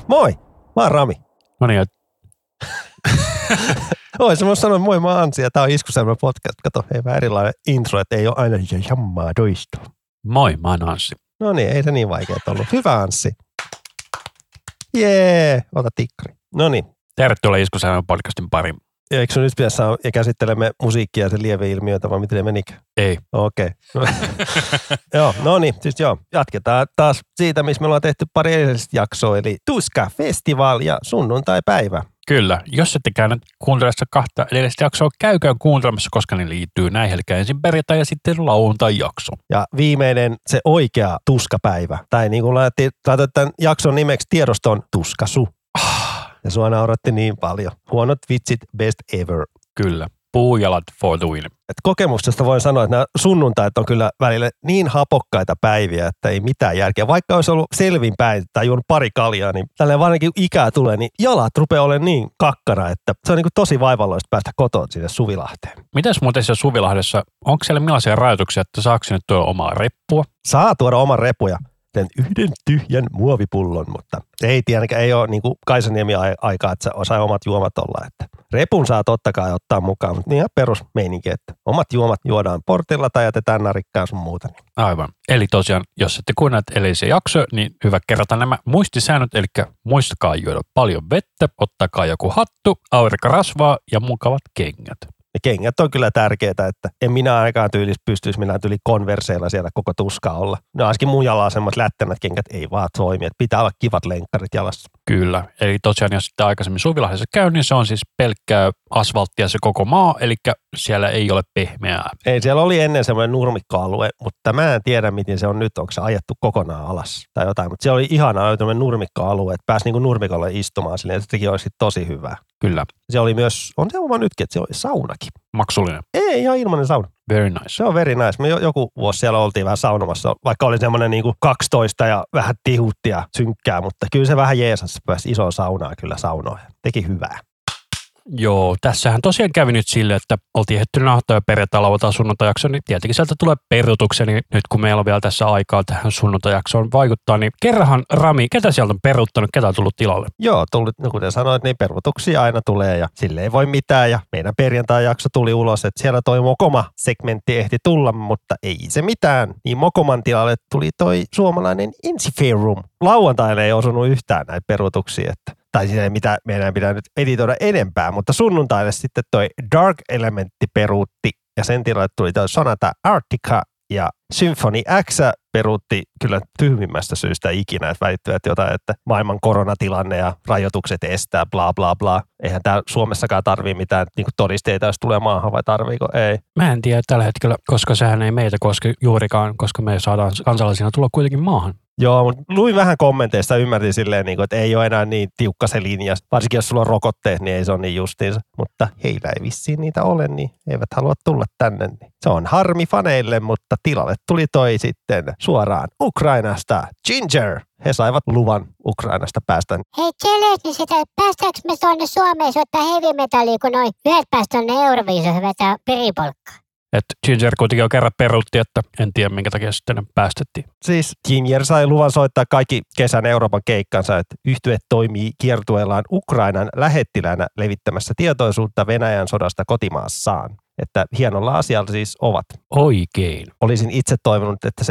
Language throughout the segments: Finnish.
Moi, mä oon Rami. No niin, Ois mä sanoin, moi mä oon Anssi ja tää on Iskuselmä podcast. Kato, hei vähän erilainen intro, että ei oo aina jammaa toistoa. moi, mä oon Anssi. No niin, ei se niin vaikeet ollut. Hyvä Anssi. Jee, ota tikkari. No niin. Tervetuloa Iskuselmän podcastin pariin. Eikö sun nyt pitäisi saada ja käsittelemme musiikkia ja sen lieveilmiötä, vai miten ne menikään? Ei. Okei. Joo, no niin, siis joo. Jatketaan taas siitä, missä me ollaan tehty pari edellistä jaksoa, eli Tuska Festival ja sunnuntai-päivä. Kyllä, jos ette käynyt kuuntelemassa kahta edellistä jaksoa, käykää kuuntelemassa, koska ne liittyy näihin. Eli ensin perjantai ja sitten lauantai-jakso. Ja viimeinen, se oikea tuskapäivä. Tai niin kuin laitoin tämän jakson nimeksi tiedostoon Tuskasu. Ja sua nauratti niin paljon. Huonot vitsit, best ever. Kyllä, puujalat for the win. Et kokemuksesta voin sanoa, että nämä sunnuntait on kyllä välillä niin hapokkaita päiviä, että ei mitään järkeä. Vaikka olisi ollut selvinpäin tai juonut pari kaljaa, niin tälleen varsinkin ikää tulee, niin jalat rupeaa olemaan niin kakkara, että se on niin kuin tosi vaivalloista päästä kotoa sinne Suvilahteen. Mitäs muuten siellä Suvilahdessa, onko siellä millaisia rajoituksia, että saako sinne tuoda omaa reppua? Saa tuoda oman repuja. Sen yhden tyhjän muovipullon, mutta ei tietenkään, ei ole niin kuin Kaisaniemi aikaa, että sai omat juomat olla. Että repun saa totta kai ottaa mukaan, mutta ihan perusmeininki, että omat juomat juodaan portilla tai jätetään narikkaan sun muuta. Niin. Aivan. Eli tosiaan, jos ette kuunnelleet edellisiä jaksoja, niin hyvä kerrata nämä muistisäännöt, eli muistakaa juoda paljon vettä, ottakaa joku hattu, aurinkorasvaa ja mukavat kengät. Ne kengät on kyllä tärkeitä, että en minä ainakaan pystyisi millään tyyli konverseilla siellä koko tuskaa olla. No ainakin mun jalalla semmoiset lättänät kengät ei vaan toimi, että pitää olla kivat lenkkarit jalassa. Kyllä, eli tosiaan jos sitten aikaisemmin Suvilahdessa käy, niin se on siis pelkkää asfalttia se koko maa, eli siellä ei ole pehmeää. Ei, siellä oli ennen semmoinen nurmikkoalue, mutta mä en tiedä miten se on nyt, onko se ajettu kokonaan alas tai jotain, mutta siellä oli ihanaa tämmöinen nurmikkoalue, että pääsi niinku nurmikolle istumaan silleen, että sekin olisi tosi hyvää. Kyllä. Se oli myös, on se oma nytkin, että se oli saunakin. Maksullinen. Ei, ihan ilmainen sauna. Very nice. Se on very nice. Me joku vuosi siellä oltiin vähän saunomassa, vaikka oli semmoinen niinku 12 ja vähän tihutti ja synkkää, mutta kyllä se vähän jeesassa pääsi isoa saunaa kyllä saunoa. Teki hyvää. Joo, tässähän tosiaan kävi nyt silleen, että oltiin ehditty nahtaa ja perjantai lauantai sunnuntajakso, niin tietenkin sieltä tulee peruutuksia, niin nyt kun meillä on vielä tässä aikaa tähän sunnuntajaksoon vaikuttaa, niin kerrahan Rami, ketä sieltä on peruuttanut, ketä on tullut tilalle? Joo, no kuten sanoit, niin peruutuksia aina tulee ja sille ei voi mitään ja meidän perjantai-jakso tuli ulos, että siellä toi Mokoma-segmentti ehti tulla, mutta ei se mitään. Niin Mokoman tilalle tuli toi suomalainen Ensiferum. Lauantaille ei osunut yhtään näitä peruutuksia, tai siinä ei mitään, meidän pitää nyt editoida enempää, mutta sunnuntaille sitten toi Dark Elementti peruutti ja sen tilalle tuli toi Sonata Arctica ja Symphony X peruutti kyllä tyhmimmästä syystä ikinä, että väittyvät jotain, että maailman koronatilanne ja rajoitukset estää, bla bla bla. Eihän täällä Suomessakaan tarvii mitään niin todisteita, jos tulee maahan vai tarviiko? Ei. Mä en tiedä tällä hetkellä, koska sehän ei meitä koske juurikaan, koska me saadaan kansalaisina tulla kuitenkin maahan. Joo, mutta luin vähän kommenteista, ymmärtin silleen, että ei ole enää niin tiukka se linja. Varsinkin jos sulla on rokotteet, niin ei se ole niin justiinsa. Mutta heillä ei vissiin niitä ole, niin eivät halua tulla tänne. Se on harmi faneille, mutta tilalle tuli toi sitten suoraan Ukrainasta Ginger. He saivat luvan Ukrainasta päästä. Hei, niin sitä, päästäänkö me tuonne Suomeen soittaa heavy metallia, kun noin yhdet päästä tuonne Euroviisoon vetää peripolkkaa? Että Ginger kuitenkin on kerran peruutti, että en tiedä minkä takia sitten päästettiin. Siis Ginger sai luvan soittaa kaikki kesän Euroopan keikkansa, että yhtye toimii kiertueellaan Ukrainan lähettiläänä levittämässä tietoisuutta Venäjän sodasta kotimaassaan. Että hienolla asialla siis ovat. Oikein. Olisin itse toivonut, että se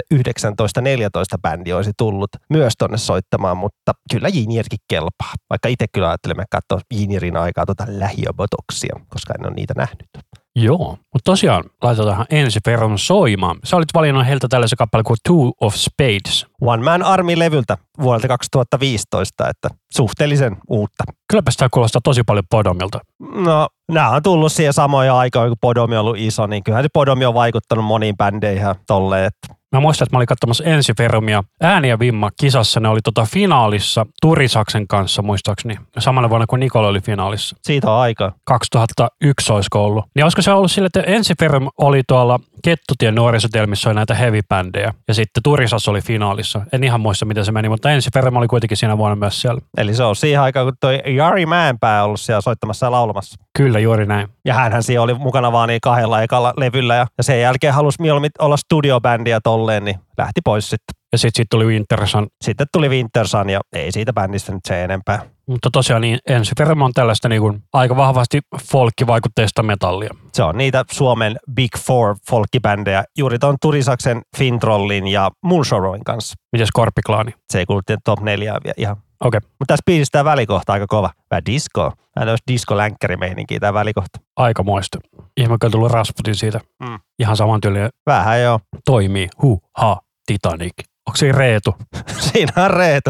1914 bändi olisi tullut myös tonne soittamaan, mutta kyllä Gingerkin kelpaa. Vaikka itse kyllä ajattelemme katsoa Gingerin aikaa lähiöbotoksia, koska en ole niitä nähnyt. Joo, mutta tosiaan laitetaan Ensiferum soimaan. Sä olit valinnut heiltä tällaisen kappaleen kuin Two of Spades. One Man Army-levyltä vuodelta 2015, että suhteellisen uutta. Kylläpä sitä kuulostaa tosi paljon Podomilta. No, nämä on tullut siihen samoja aikoja, kun Podomi on ollut iso, niin kyllähän se Podomi on vaikuttanut moniin bändeihin ja tolleen. Mä muistan, että mä olin katsomassa Ensiferumia ääni ja vimma kisassa. Ne oli finaalissa Turisaksen kanssa muistaakseni. Samana vuonna kuin Nikola oli finaalissa. Siitä on aikaa. 2001 olisiko ollut. Niin olisiko se ollut sille, että Ensiferum oli tuolla Kettutien nuorisotelmissä oli näitä heavy-bändejä. Ja sitten Turisas oli finaalissa. En ihan muista, miten se meni, mutta Ensiferum oli kuitenkin siinä vuonna myös siellä. Eli se on siihen aikaan, kun toi Jari Mäenpää ollut siellä soittamassa ja laulamassa. Kyllä, juuri näin. Ja hänhän siellä oli mukana vaan niin 2 ekalla levyllä ja sen jälkeen halusi mieluummin olla studiobändiä tolleen, niin lähti pois sitten. Ja sitten tuli Winter Sun. Sitten tuli Winter Sun ja ei siitä bändistä nyt se enempää. Mutta tosiaan niin Ensifermo on tällaista niin kuin aika vahvasti folkkivaikutteista metallia. Se on niitä Suomen Big Four folkkibändejä juuri tuon Turisaksen, Fintrollin ja Moonshorrowin kanssa. Miten Skorpiklaani? Se ei kuulu top 4 vielä ihan. Okei. Mutta tässä biisissä tämä välikohta aika kova. Vähän disco. Tämä olisi disco-länkkärimeininkiä tämä välikohta. Aika moista. Ihme kyllä tullut Rasputin siitä. Ihan saman tyylinen. Vähän joo. Toimii. Titanic. Onko se Reetu? Siinä on Reetu.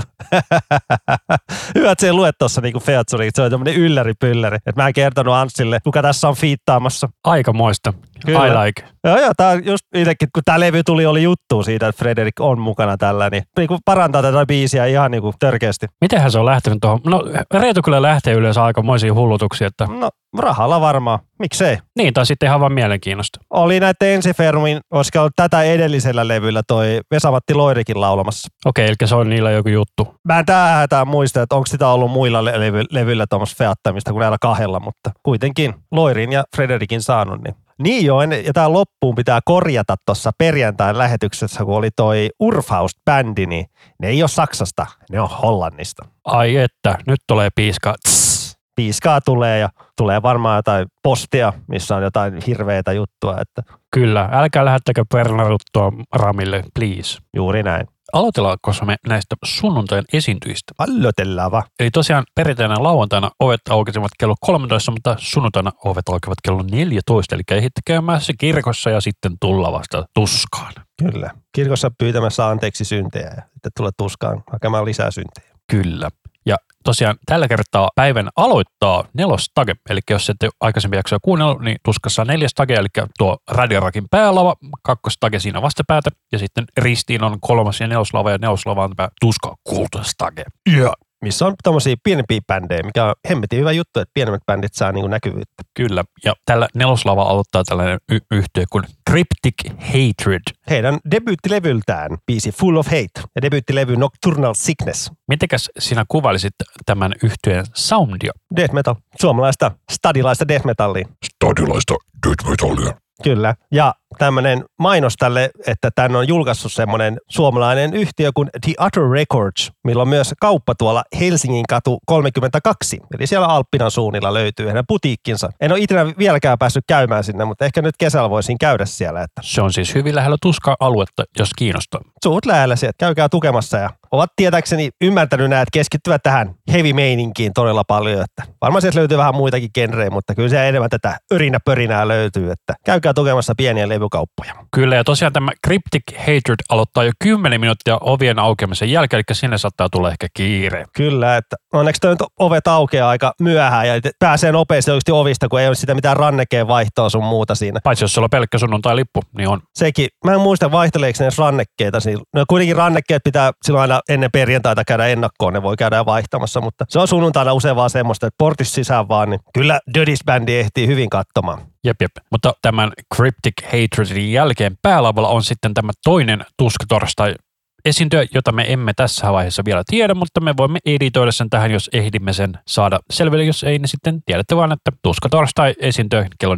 Hyvä, että se ei lue tuossa niinku featsuri. Se on tämmöinen ylläri-pylläri. Että mä en kertonut Anssille, kuka tässä on fiittaamassa. Aika moista. Kyllä. I like. Joo, tää on just itsekin, kun tää levy tuli, oli juttu siitä, että Fredrik on mukana tällä, niin niinku parantaa tätä biisiä ihan niinku törkeästi. Mitenhän se on lähtenyt tuohon? No Reetu kyllä lähtee yleensä aikamoisiin hullutuksia, että... No rahalla varmaan. Miksei? Niin, tai sitten ihan vaan mielenkiinnosta. Oli näitä Ensifermin, olisiko ollut tätä edellisellä levyllä toi Vesa-Matti Loirikin laulamassa. Okei, eli se on niillä joku juttu. Mä en tähän muista, että onko sitä ollut muilla levyillä tuommoista feattamista kuin näillä kahdella, mutta kuitenkin Loirin ja Frederikin saanut. Niin joo, ja tää loppuun pitää korjata tuossa perjantain lähetyksessä, kun oli toi Urfaust-bändi, niin ne ei ole Saksasta, ne on Hollannista. Ai että, nyt tulee piiskaa. Piiskaa tulee ja tulee varmaan jotain postia, missä on jotain hirveätä juttua. Että... Kyllä, älkää lähettäkö pernaruttua Ramille, please. Juuri näin. Aloitellaanko me näistä sunnuntain esiintyjistä? Aloitellaan vaan. Eli tosiaan perjantaina ja lauantaina ovet aukesivat kello 13, mutta sunnuntaina ovet aukevat kello 14. Eli ehitte käymään se kirkossa ja sitten tulla vasta tuskaan. Kyllä. Kirkossa pyytämässä anteeksi syntejä ja sitten tulee tuskaan hakemaan lisää syntejä. Kyllä. Ja tosiaan tällä kertaa päivän aloittaa nelostage, eli jos ette aikaisemmin jaksoa kuunnellut, niin tuskassa on 4. tage, eli tuo Radiorakin päälava, 2. tage siinä vastapäätä, ja sitten ristiin on 3. ja 4. lava, ja 4. lava on tämä tuska 6. tage. Ja missä on tommosia pienempiä bändejä, mikä on hemmetin hyvä juttu, että pienemmät bändit saa niinku näkyvyyttä. Kyllä, ja tällä 4. lava aloittaa tällainen yhtye kuin Cryptic Hatred. Heidän debyyttilevyltään biisi Full of Hate ja debyyttilevy Nocturnal Sickness. Mitenkäs sinä kuvailisit tämän yhtyeen soundia? Death metal. Suomalaista stadilaista death metallia. Stadilaista death metallia. Kyllä. Ja tämmöinen mainos tälle, että tän on julkaissut semmoinen suomalainen yhtiö kuin The Utter Records, millä on myös kauppa tuolla Helsingin katu 32. Eli siellä Alppinan suunnilla löytyy heidän putiikkinsa. En ole itse vieläkään päässyt käymään sinne, mutta ehkä nyt kesällä voisin käydä siellä. Että se on siis hyvin lähellä Tuska-aluetta, jos kiinnostaa. Suut lähellä sieltä. Käykää tukemassa ja ovat tietääkseni ymmärtänyt nämä, että keskittyvät tähän heavy-meininkiin todella paljon. Että varmaan sieltä löytyy vähän muitakin genrejä, mutta kyllä siellä enemmän tätä örinä-pörinää löytyy. Että käykää tukemassa pieniä levykauppoja. Kyllä, ja tosiaan tämä Cryptic Hatred aloittaa jo 10 minuuttia ovien aukeamisen jälkeen, eli sinne saattaa tulla ehkä kiire. Kyllä, että onneksi toi ovet aukeaa aika myöhään ja pääsee nopeasti oikeasti ovista, kun ei ole sitä mitään rannekeen vaihtoa sun muuta siinä. Paitsi jos sulla on pelkkä sunnuntai-lippu, niin on. Sekin. Mä en muista vaihteleeko ne edes rannekkeita. No kuitenkin rannekkeet pitää silloin aina ennen perjantaita käydä ennakkoon, ne voi käydä vaihtamassa, mutta se on sunnuntaina usein vaan semmoista, että portissa sisään vaan, niin kyllä Dödis-bändi ehtii hyvin katsomaan. Jep. Mutta tämän Cryptic Hatredin jälkeen päälavalla on sitten tämä toinen Tuskatorstai esiintyjä, jota me emme tässä vaiheessa vielä tiedä, mutta me voimme editoida sen tähän, jos ehdimme sen saada selville, jos ei, niin sitten tiedätte vaan, että Tuskatorstai esiintyy kello 14.30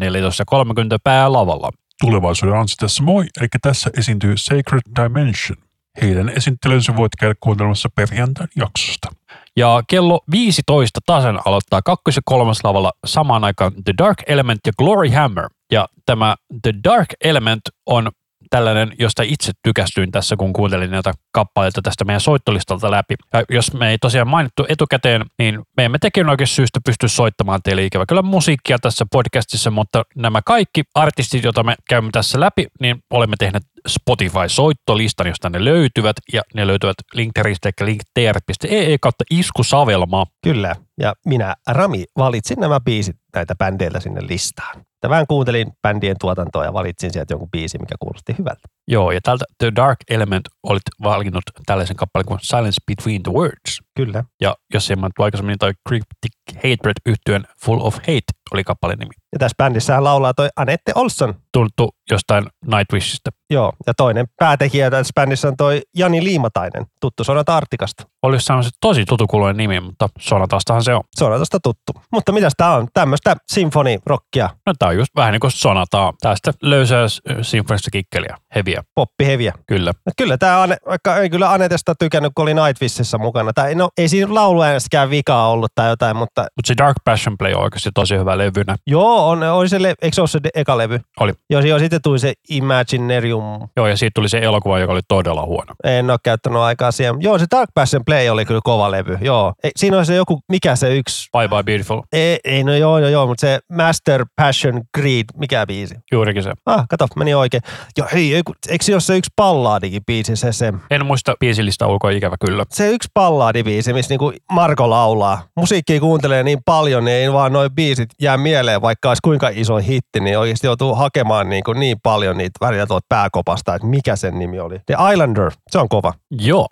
päälavalla. Tulevaisuuden Anssi tässä moi, eli tässä esiintyy Sacred Dimension. Heidän esittelynsä voit käydä kuuntelemassa perjantain jaksosta. Ja kello 15 tasan aloittaa 2. ja 3. lavalla samaan aikaan The Dark Element ja Glory Hammer. Ja tämä The Dark Element on tällainen, josta itse tykästyin tässä, kun kuuntelin näitä kappaleita tästä meidän soittolistalta läpi. Ja jos me ei tosiaan mainittu etukäteen, niin me emme tekin oikein syystä pysty soittamaan teille ikävä kyllä musiikkia tässä podcastissa, mutta nämä kaikki artistit, joita me käymme tässä läpi, niin olemme tehneet Spotify-soittolistan, josta ne löytyvät, ja ne löytyvät linkteristä, eli linktr.ee/iskusavelma. Kyllä, ja minä, Rami, valitsin nämä biisit näitä bändeiltä sinne listaan. Vähän kuuntelin bändien tuotantoa ja valitsin sieltä jonkun biisin, mikä kuulosti hyvältä. Joo, ja täältä The Dark Element olit valinnut tällaisen kappaleen kuin Silence Between the Words. Kyllä. Ja jos ei mainittu aikaisemmin, niin toi Cryptic Hatred yhtyeen Full of Hate oli kappaleen nimi. Ja tässä bändissähän laulaa toi Anette Olsson. Tuttu jostain Nightwishista. Joo, ja toinen päätekijä tässä bändissä on toi Jani Liimatainen, tuttu Sonata Arcticasta. Olisi sanonut tosi tutukuloinen nimi, mutta Sonatastahan se on. Sonatasta tuttu. Mutta mitäs tää on? Tämmöistä sinfonirockia, No tää on just vähän niin kuin Sonataa. Tästä löysää sinfonista kikkeliä. Heviä. poppiheviä. Kyllä. No kyllä tämä, vaikka ei kyllä Anetesta tykännyt, kun oli Nightwishissa mukana. Ei siinä lauluäänestäkään vikaa ollut tai jotain, mutta Mutta se Dark Passion Play on oikeasti tosi hyvä levynä. joo, oli se, eikö se ole se eka levy? Oli. Joo, sitten tuli se Imaginarium. Joo, ja siitä tuli se elokuva, joka oli todella huono. En ole käyttänyt aikaa siihen. Joo, se Dark Passion Play oli kyllä kova levy. Joo. Siinä on se joku, mikä se yksi? Bye Bye Beautiful. No joo, mutta se Master Passion Greed, mikä biisi? Juurikin se. Kato, meni oikein. Joo, hei, eikö se ole se yksi ballaadikin biisi, se? En muista biisillistä ulkoa, ikävä kyllä. Se yksi ballaadibiisi, missä niinku Marko laulaa. Musiikkia kuuntelee niin paljon, niin ei vaan noi biisit jää mieleen, vaikka olisi kuinka iso hitti, niin oikeasti joutuu hakemaan niin paljon niitä välillä tuolta pääkopasta, että mikä sen nimi oli. The Islander, se on kova. Joo.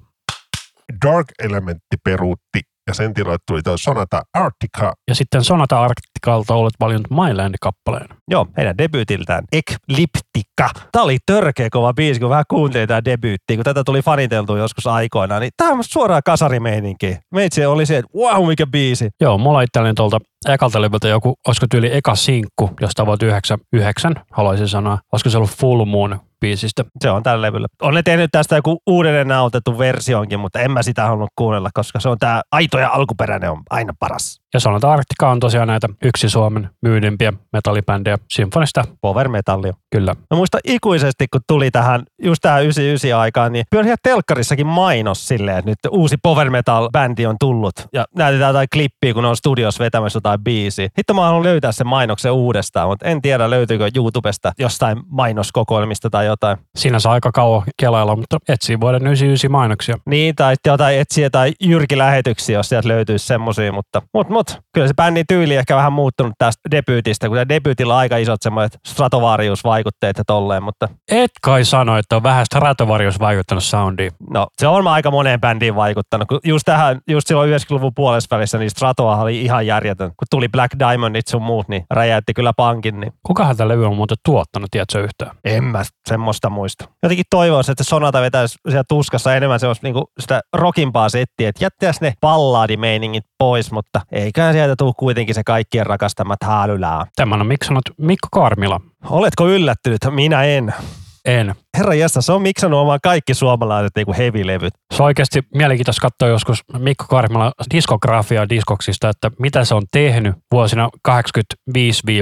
Dark Elementti peruutti ja sen tilalle tuli toi Sonata Arctica. Ja sitten Sonata Arcticalta olet valinnut Myland-kappaleen. Joo, heidän debyytiltään Ekliptika. Tämä oli törkeä kova biisi, kun vähän kuuntelin tämä debyyttiä, kun tätä tuli faniteltua joskus aikoinaan, niin tämä on suoraan kasarimeininki. Meitsi oli se, että wow, mikä biisi. Joo, mulla itselleni tuolta ekalta levyltä joku, olisiko tyyli eka sinkku, josta vuotta 99, haluaisin sanoa. Olisiko se ollut Full Moon biisistä? Se on tällä levyllä. On ne tehnyt tästä joku uudelleen nautettu versionkin, mutta en mä sitä halunnut kuunnella, koska se on tämä aito ja alkuperäinen on aina paras. Ja Sonata Arctica on tosiaan näitä yksi Suomen myydimpiä metallibändejä symfonista. Power metallia. Kyllä. Mä muistan ikuisesti, kun tuli just tähän 99 aikaan, niin pyöri ihan telkkarissakin mainos silleen, että nyt uusi power metal-bändi on tullut. Ja näytetään jotain klippiä, kun on studiossa vetämässä jotain biisiä. Hitto mä haluan löytää sen mainoksen uudestaan, mutta en tiedä löytyykö YouTubesta jostain mainoskokoelmista tai jotain. Siinä saa aika kauan kelailla, mutta etsii vuoden 99 mainoksia. Niin, tai jotain etsiä tai Jyrki-lähetyksiä, jos sieltä löytyisi semmosia, mutta kyllä se bändin tyyli ehkä vähän muuttunut tästä debyytistä, kun debyytillä on aika isot semmoiset Stratovarius-vaikutteet ja tolleen, mutta Et kai sano, että on vähän Stratovarius vaikuttanut soundiin. no, se on aika moneen bändiin vaikuttanut. Just silloin 90-luvun puolesvälissä, niin Stratoa oli ihan järjetön. Kun tuli Black Diamondit sun muut, niin räjäytti kyllä pankin. Niin Kukahan tätä levyä on muuten tuottanut, tiedätkö yhtään? en mä semmoista muista. Jotenkin toivoisin, että se Sonata vetäisi siellä tuskassa enemmän semmoista niinku sitä rockimpaa settiä, että jättäisi ne ballaadimeiningit pois, mutta eiköhän sieltä tule kuitenkin se kaikkien rakastamat haalylää. Tämän on miksannut Mikko Karmila. Oletko yllättynyt? Minä en. En. Herra jästä, se on miksannut omaan kaikki suomalaiset niinku heavy-levyt. Se on oikeasti mielenkiintoista katsoa joskus Mikko Karmila diskografiaa Discogsista, että mitä se on tehnyt vuosina 85-2022.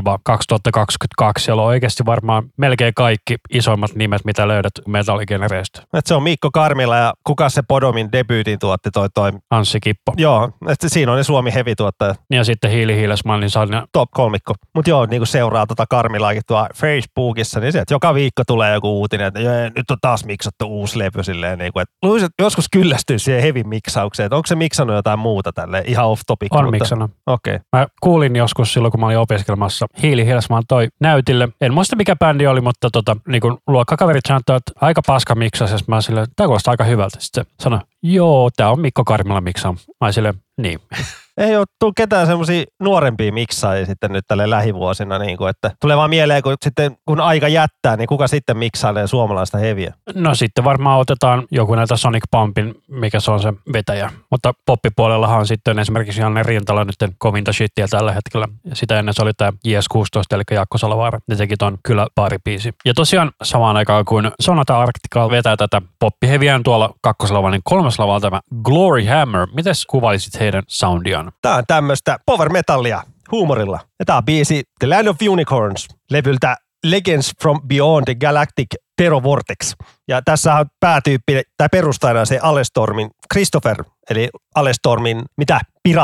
Siellä on oikeasti varmaan melkein kaikki isoimmat nimet, mitä löydät metalligenereistä. Et se on Mikko Karmila ja kuka se Podomin debyytin tuotti toi. Anssi Kippo. Joo, että siinä on ne Suomi heavy-tuottaja. Ja sitten Hiili Hiilesmannin sarja. Top kolmikko. Mutta joo, niinku seuraa Karmilaakin tuolla Facebookissa, niin sieltä joka viikko tulee joku uutinen, että nyt on taas miksattu uusi levy silleen, niinku, että luulisin, että joskus kyllästyisi siihen heavy miksaukseen, että onko se miksannut jotain muuta tälleen ihan off topic. On miksannut. Okei. Mä kuulin joskus silloin, kun mä olin opiskelemassa, Hiili Hiilesman toi näytille. En muista mikä bändi oli, mutta niin kun luokkakaverit sanoivat, että aika paska miksasi, ja mä olin silleen, tää kuulostaa aika hyvältä. Sitten sanoi, joo, tää on Mikko Karmila miksaa. Mä olin silleen, niin. Ei ole tullut ketään semmoisia nuorempia miksaajia sitten nyt tälle lähivuosina, niin kuin, että tulee vaan mieleen, kun aika jättää, niin kuka sitten miksailee suomalaista heviä? No sitten varmaan otetaan joku näitä Sonic Pumpin, mikä se on se vetäjä. Mutta poppipuolellahan on sitten esimerkiksi Janne Rintala nyt kovinta shittiä tällä hetkellä. Ja sitä ennen se oli tämä JS16, eli Jaakko Salavaara. Ne teki ton kyllä baaribiisi. Ja tosiaan samaan aikaan, kun Sonata Arctica vetää tätä poppiheviään tuolla kakkoslavalla, niin kolmaslavalla tämä Glory Hammer. Mites kuvailisit heidän soundiaan? Tää on tämmöistä power metallia huumorilla. Ja tää on biisi The Land of Unicorns levyltä Legends from Beyond the Galactic Tero Vortex. Ja tässä on päätyyppi, tai perustajana se Alestormin Christopher, eli Alestormin, piraatti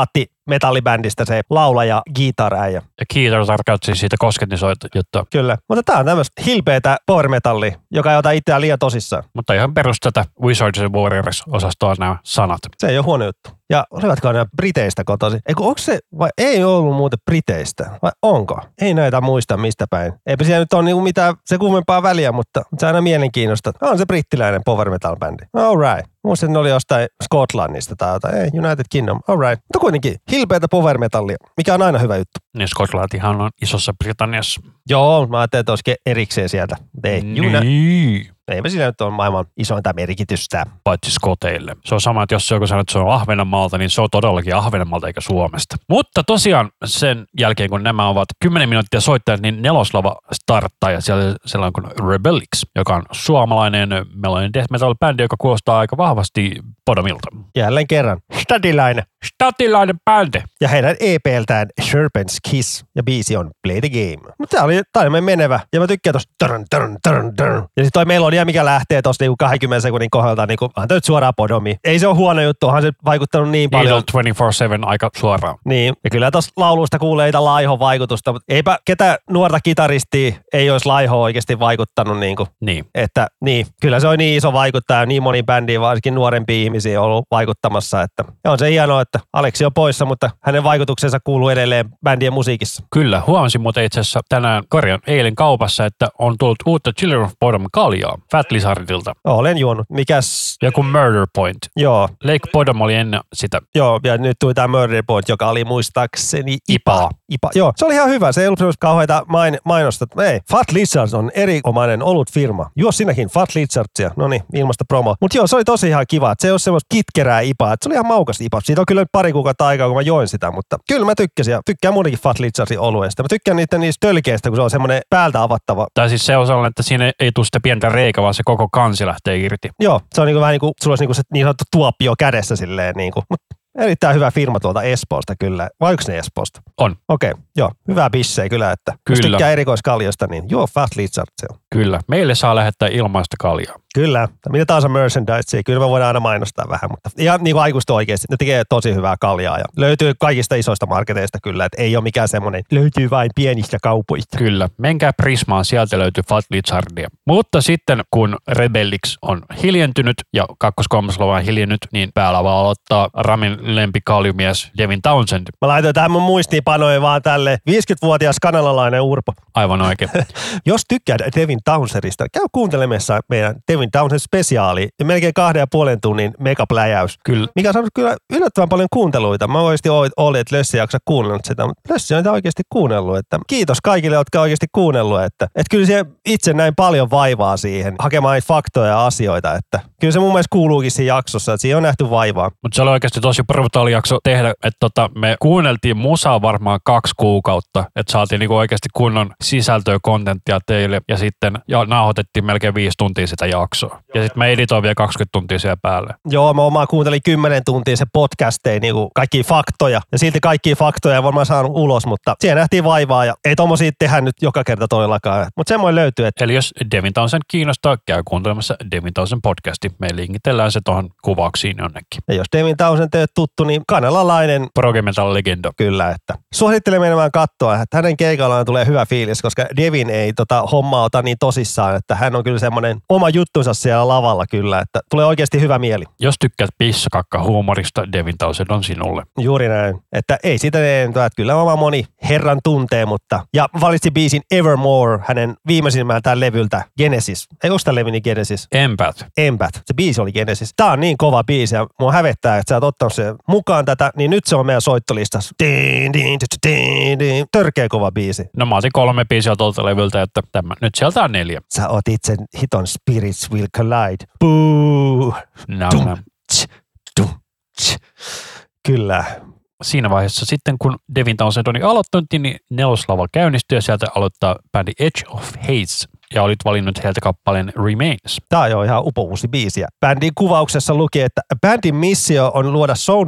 metallibändistä se laulaja Guitar-äijä. Ja Keith tarkoitti siitä kosketinsoittajutta. Kyllä, mutta tää on tämmöistä hilpeätä power metallia, joka ei ota itseään liian tosissaan. Mutta ihan perus tätä Wizards and Warriors-osastoa nämä sanat. Se ei ole huono juttu. Ja olivatko ne Briteistä kotoisin? Onko se, vai ei ollut muuten Briteistä? Vai onko? Ei näitä muista mistä päin. Eipä siellä nyt ole niinku mitään se kummempaa väliä, mutta se aina mielenkiinnosta. On se brittiläinen power metal bändi. All right. Muistin, että ne oli jostain Skotlannista tai jotain. Ei, United Kingdom. All right. Mutta kuitenkin hilpeätä power metallia, mikä on aina hyvä juttu. Niin Skotlantihan on Isossa Britanniassa. Joo, mä ajattelin, että olisikin erikseen sieltä. Ei, Niin. Eipä sillä nyt ole maailman isointa merkitystä. Paitsi skoteille. Se on sama, että jos joku sanoo, että se on Ahvenanmaalta, niin se on todellakin Ahvenanmaalta eikä Suomesta. Mutta tosiaan sen jälkeen, kun nämä ovat 10 minuuttia soittajat, niin neloslava starttaa ja siellä sellainen kuin Rebelix, joka on suomalainen melodic death metal bändi, joka kuulostaa aika vahvasti Podomilta. Jälleen kerran. Statilainen bändi. Ja heidän EP:ltään Serpent's Kiss ja biisi on Play the Game. Mutta tää oli menevä ja mä tykkään tosta ja sit toi melodia, mikä lähtee tosta niinku 20 sekunnin kohdalta niinku antaa nyt suoraan Podomiin. Ei se ole huono juttu, onhan se vaikuttanut niin paljon. 24/7 aika suoraan. Niin, ja kyllä tosta laulusta kuulee niitä Laihon vaikutusta, mutta eipä ketä nuorta kitaristia ei olisi Laiho oikeasti vaikuttanut niinku. Niin. Että niin, kyllä se on niin iso vaikuttaja, niin moni bändiin, varsinkin nuorempia ihmisiä on ollut vaikuttamassa, että ja on se hienoa, että Aleksi on poissa, mutta hänen vaikutuksensa kuuluu edelleen bändien musiikissa. Kyllä, huomasin muuten itse asiassa eilen kaupassa, että on tullut uutta Children of Bodom kaljaa Fat Lizardilta. Olen juonut. Mikäs? Joku Murder Point. Joo. Lake Bodom oli ennen sitä. Joo, ja nyt tuli tämä Murder Point, joka oli muistaakseni IPA. Joo, se oli ihan hyvä. Se ei ollut semmoista kauheita mainosta. Ei, Fat Lizards on erinomainen olutfirma. Juo sinäkin Fat Lizardsia. No niin, ilmasta promo. Mutta joo, se oli tosi ihan kiva. Se ei ole semmoista kitkerää IPA. Se oli ihan maukas IPA. Siitä on kyllä pari kuukautta aikaa, kun mä join sitä, mutta kyllä mä tykkäsin. Ja tykkään muutenkin Fat Lizardsin oluesta. Mä tykkään niistä tölkeistä, kun se on semmoinen päältä avattava. Tai siis se on sellainen, että siinä ei tule sitä pientä reikä, vaan se koko kansi lähtee irti. Joo, se on niinku vähän niin kuin, sulla olisi niinku se niin sanottu tuopio kädessä silleen niinku. Erittäin hyvä firma tuolta Espoosta kyllä. Vai onko ne Espoosta? On. Okei, joo. Hyvää bissejä kyllä, että jos tykkää erikoiskaljosta, niin joo, Fat Lizard se on. Kyllä. Meille saa lähettää ilmaista kaljaa. Kyllä. Mitä tahansa merchandisea. Kyllä me voidaan aina mainostaa vähän, mutta ihan niin kuin aikuista oikeasti. Ne tekee tosi hyvää kaljaa ja löytyy kaikista isoista marketeista kyllä, että ei ole mikään semmoinen, löytyy vain pienistä kaupoista. Kyllä. Menkää Prismaan, sieltä löytyy Fat Lizardia. Mutta sitten kun Rebelix on hiljentynyt ja kakkos-kolmoslava on hiljennyt, niin päälava aloittaa Ramin lempikaljumies Devin Townsend. Mä laitoin tähän mun muistiinpanoja vaan tälle 50-vuotias kanalalainen Urpo. Aivan oikein. Jos tykkäät Devin Townsendista, käy kuuntelemassa meidän Devin Townsend spesiaali ja melkein 2,5 tunnin megapläjäys. Kyllä. Mikä on saanut kyllä yllättävän paljon kuunteluita. Mä oikeasti olin, että Lössi jaksa kuunnellut sitä, mutta Lössi on oikeasti kuunnellut. Että kiitos kaikille, jotka oikeasti kuunnellut. Että kyllä se itse näin paljon vaivaa siihen hakemaan faktoja ja asioita. Että kyllä se mun mielestä kuuluukin siinä jaksossa, että siinä on nähty vaivaa. Mutta se oli oikeasti tosi brutaali jakso tehdä, että me kuunneltiin musaa varmaan 2 kuukautta, että saatiin niinku oikeasti kunnon sisältöä, kontenttia teille ja sitten nauhoitettiin melkein 5 tuntia sitä jaksoa. Ja sitten me editoin vielä 20 tuntia siellä päälle. Joo, mä omaa kuuntelin 10 tuntia se podcasteja, niinku kaikkia faktoja. Ja silti kaikkia faktoja varmaan saanut ulos, mutta siellä nähtiin vaivaa ja ei tommosia tehdä nyt joka kerta todellakaan. Mutta semmoinen löytyy. Että eli jos Devin Townsend kiinnostaa, käy kuuntelemassa Devin Townsend podcasti. Me linkitellään se tuohon kuvauksiin jonnekin. Ja jos Devin Townsend ei ole tuttu, niin kanalalainen progemetal legenda. Kyllä, että suosittelen menemään katsoa, että hänen keikallaan tulee hyvä fiilis, koska Devin ei hommaa ota niin tosissaan, että hän on kyllä semmoinen oma juttunsa siellä lavalla kyllä, että tulee oikeasti hyvä mieli. Jos tykkäät pissakakka huumorista, Devin Townsend on sinulle. Juuri näin, että ei sitä enempää, että kyllä oma moni herran tuntee, mutta ja valitsi biisin Evermore hänen viimeisimmään tämän levyltä Genesis. Ei onko tämä levy niin Genesis? Empath. Se biisi oli Genesis. Tää on niin kova biisi ja mua hävettää, että sä oot ottanut sen mukaan tätä, niin nyt se on meidän soittolistassa. Törkeä kova biisi. No mä otin 3 biisiä tuolta levyltä, että nyt sieltä on 4. Sä otit sen hiton Spirits Will Collide. Boo! Kyllä. Siinä vaiheessa sitten, kun Devin Townsend oli aloittanut, niin neloslava käynnistyi ja sieltä aloittaa bändi Edge of Haze. Ja olit valinnut heiltä kappaleen Remains. Tää on jo ihan upouusi biisiä. Bändin kuvauksessa luki, että bändin missio on luoda soundtrack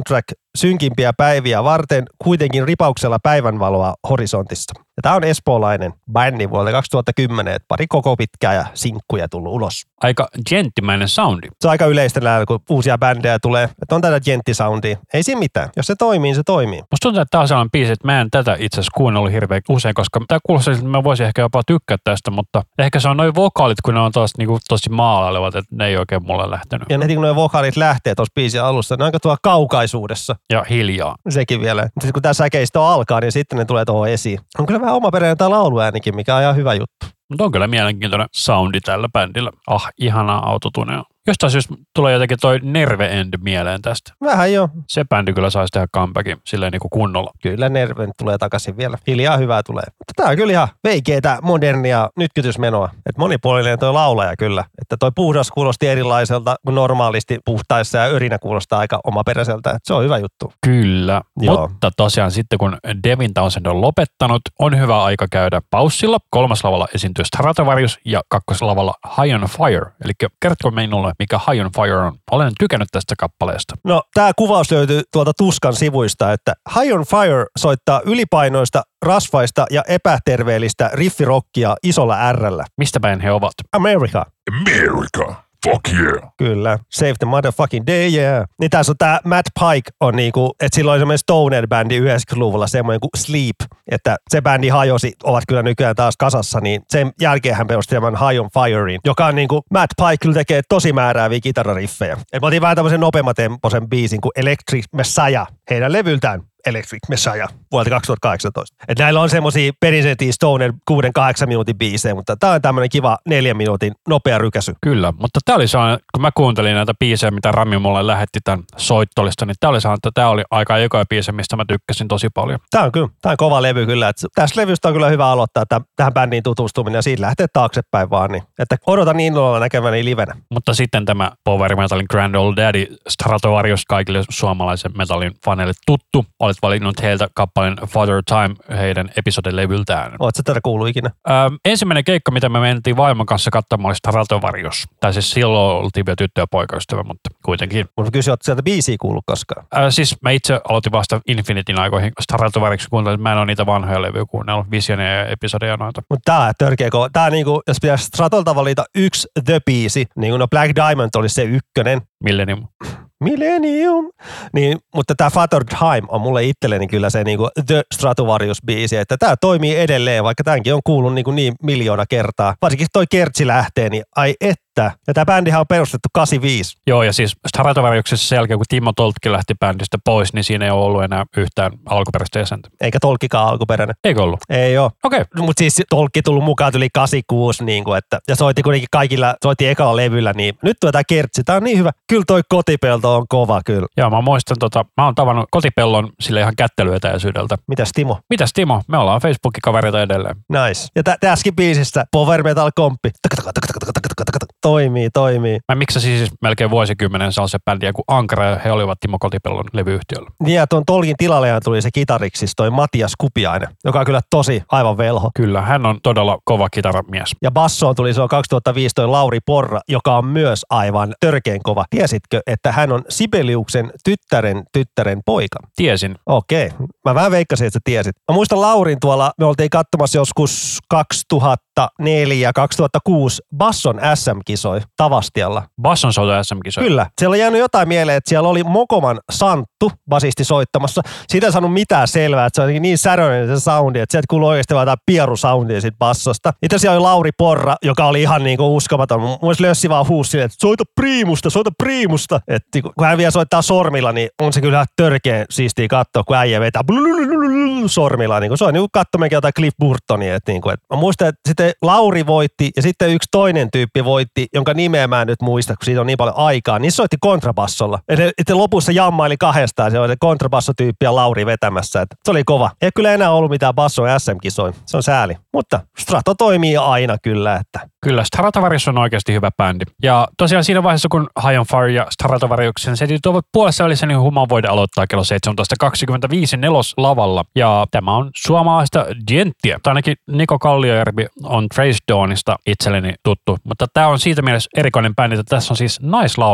synkimpiä päiviä varten kuitenkin ripauksella päivänvaloa horisontissa. Ja tämä on espoolainen bändi vuodelta 2010, että pari koko pitkää ja sinkkuja tullut ulos. Aika genttimäinen soundi. Se on aika yleistä näillä, kun uusia bändejä tulee, että on tätä gentti-soundia. Ei siinä mitään. Jos se toimii, se toimii. Musta tuntuu, että tämä on sellainen biisi, että mä en tätä itse asiassa kuunnellut hirveän usein, koska tämä kuulostaa, että mä voisin ehkä jopa tykkää tästä, mutta ehkä se on noin vokaalit, kun ne on taas niinku tosi maalailevat, että ne ei oikein mulle lähtenyt. Ja heti kun nuo vokaalit lähtee tuossa biisin alussa, ne on aika tuolla kaukaisuudessa. Ja hiljaa. Sekin vielä. Sitten kun tämä säkeistö alkaa, niin sitten ne tulee tuohon esiin. On kyllä vähän omaperäinen tämä lauluäänikin, mikä on ihan hyvä juttu. Mutta on kyllä mielenkiintoinen soundi tällä bändillä. Ihanaa autotunea. Jostain syystä tulee jotenkin toi Nerve End mieleen tästä. Vähän jo. Se bändi kyllä saisi tehdä comebackin silleen niin kuin kunnolla. Kyllä Nerve tulee takaisin vielä. Hiljaa hyvää tulee. Mutta tää on kyllä ihan veikeetä, modernia nytkytysmenoa. Että monipuolinen toi laulaja kyllä. Että toi puhdas kuulosti erilaiselta kuin normaalisti puhtaissa ja örinä kuulostaa aika omaperäiseltä. Että se on hyvä juttu. Kyllä. Joo. Mutta tosiaan sitten kun Devin Townsend on lopettanut, on hyvä aika käydä paussilla. 3. lavalla esiintyy Stratovarius ja 2. lavalla High on Fire. Eli kertoo minulle, mikä High on Fire on. Olen tykännyt tästä kappaleesta. No, tää kuvaus löytyy tuolta Tuskan sivuista, että High on Fire soittaa ylipainoista, rasvaista ja epäterveellistä riffirockia isolla R:llä. Mistä päin he ovat? America. America. Fuck yeah. Kyllä. Save the motherfucking day, yeah. Niin tässä on tää Matt Pike on niinku, että silloin semmoinen stoner-bändi 90-luvulla, semmoinen kuin Sleep, että se bändi hajosi, ovat kyllä nykyään taas kasassa, niin sen jälkeen hän perusti tämän High on Firein, joka on niinku, Matt Pike kyllä tekee tosi määrääviä kitarariffejä. Et mä otin vähän tämmöisen nopeammatempoisen biisin kuin Electric Messiah, heidän levyltään. Electric Messiah vuodelta 2018. Et näillä on semmosia perinteisiä stoner 6-8 minuutin biisejä, mutta tää on tämmönen kiva 4 minuutin nopea rykäsy. Kyllä, mutta tää oli sellainen, kun mä kuuntelin näitä biisejä, mitä Rami mulle lähetti tämän soittolista, niin tää oli sellainen, että tää oli aika ekoja biisejä, mistä mä tykkäsin tosi paljon. Tää on kova levy kyllä. Et tästä levystä on kyllä hyvä aloittaa tähän bändiin tutustuminen ja siitä lähtee taaksepäin vaan. Niin, että odotan innolla näkeväni livenä. Mutta sitten tämä Power Metalin Grand Old Daddy Stratovarius kaikille suomalaisen metallin faneille tuttu. Olet valinnut heiltä kappaleen Father Time heidän episodelevyltään. Oletko tätä kuullut ikinä? Ensimmäinen keikka, mitä me mentiin vaimon kanssa katsomaan, oli Stratovarius. Tai siis silloin oltiin vielä tyttö- ja poikaystävä, mutta kuitenkin. Mutta kysyä, oletko sieltä biisiä kuullut koskaan? Siis mä itse aloitin vasta Infinityn aikoihin Stratovarius kuuntelin, että mä en ole niitä vanhoja levyjä kuunnellut, Visionia ja episodeja noita. Mutta tää on törkeä kova. Tää on niinku, jos pitäisi Stratolta valita yksi The-biisi, niin no Black Diamond oli se ykkönen. Millennium. Niin, mutta tämä Father Time on mulle itselleni kyllä se niinku The Stratovarius-biisi, että tämä toimii edelleen, vaikka tämänkin on kuullut niin miljoona kertaa. Varsinkin toi kertsi lähtee, niin ai että. Ja tämä bändihän on perustettu 85. Joo, ja siis Stratovariuksessa sen jälkeen, kun Timo Tolkki lähti bändistä pois, niin siinä ei ole ollut enää yhtään alkuperäistä jäsentä. Eikä Tolkkikaan alkuperäinen. Eikö ollut? Ei oo. Okei. Mutta siis Tolkki tullut mukaan tuli 86, niin kuin, että, ja soitti kuitenkin soitti ekalla levyllä, niin nyt tuo tämä kertsi, tämä on niin hyvä. Kyllä toi Kotipelto on kova, kyllä. Joo, mä muistan, mä oon tavannut Kotipellon sille ihan kättelyetäisyydeltä. Mitäs Timo? Me ollaan Facebookin-kavereita edelleen. Nice. Ja tässäkin biisissä Power Metal Komppi. Toimii. Mä miksasin siis melkein vuosikymmenen sellaisen bändiä kuin Ankara, ja he olivat Timo Kotipellon levyyhtiöllä. Niin ja tuon Tolkin tilalleen tuli se kitariksi, siis toi Matias Kupiainen, joka on kyllä tosi aivan velho. Kyllä, hän on todella kova kitaramies. Ja bassoon tuli se on 2005 toi Lauri Porra, joka on myös aivan törkeän kova. Tiesitkö, että hän on Sibeliuksen tyttären poika? Tiesin. Okei. Mä vähän veikkasin, että sä tiesit. Mä muistan Laurin tuolla, me oltiin katsomassa joskus 2004-2006 Basson SM-kisoi Tavastialla. Basson soito SM-kisoi? Kyllä. Siellä on jäänyt jotain mieleen, että siellä oli Mokoman Santtu, basisti soittamassa. Siitä ei saanut mitään selvää, että se on niin säröinen se soundi, että sieltä kuului oikeasti vaan pierusoundia siitä bassosta. Itse siellä oli Lauri Porra, joka oli ihan niinku uskomaton. Mun mielestä lössi vaan huusi silleen, että soita priimusta. Että kun hän vielä soittaa sormilla, niin on se kyllä törkeä siistiä katsoa, kun äijä vetää sormilla. Niin se on niin kuin katsomaankin jotain Cliff Burtonia. Että mä muistan, että sitten Lauri voitti ja sitten yksi toinen tyyppi voitti, jonka nimeä mä en nyt muista, kun siitä on niin paljon aikaa, niin se soitti kontrabassolla. Ja lopussa jammaili kahdestaan, se oli kontrabassotyyppi ja Lauri vetämässä. Että se oli kova. Ei kyllä enää ollut mitään basson SM-kisoja. Se on sääli. Mutta Strato toimii aina kyllä. Että. Kyllä, Stratovarius on oikeasti hyvä bändi. Ja tosiaan siinä vaiheessa, kun High on Fire ja Stratovariuksen setit ovat puolessa välissä, niin Human Void aloittaa kello 17.25 neloslavalla. Ja tämä on suomalaista genttiä. Ainakin Niko Kalliojärvi on Trace Dawnista itselleni tuttu. Mutta tämä on siitä mielessä erikoinen bändi, että tässä on siis naislaulaja.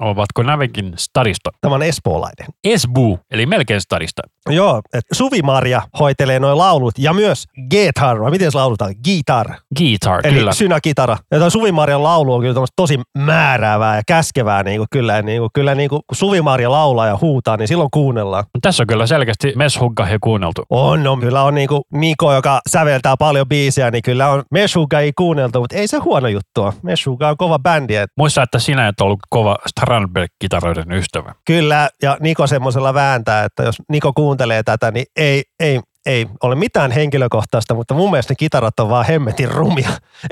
Ovatko nämäkin stadista? Tämä on espoolainen. Esbu, eli melkein stadista. Joo, että Suvi-Marja hoitelee nuo laulut ja myös guitar, vai miten se lausutaan? Guitar, eli kyllä. synäkitara. Ja tuo Suvi-Marjan laulu on kyllä tosi määräävää ja käskevää. Kyllä kun Suvi-Marja laulaa ja huutaa, niin silloin kuunnellaan. Tässä on kyllä selkeästi Meshuggahia kuunneltu. Kyllä on Niko, joka säveltää paljon biisejä, niin kyllä on Meshuggahia kuunneltu, mutta ei se huono juttua. Meshuggah on kova bändi. Muista, että sinä et ollut kova Strandberg-kitaroiden ystävä. Kyllä, ja Niko semmoisella vääntää, että jos Niko kuuntelee tätä, niin ei ole mitään henkilökohtaista, mutta mun mielestä ne kitarat on vaan hemmetin rumia.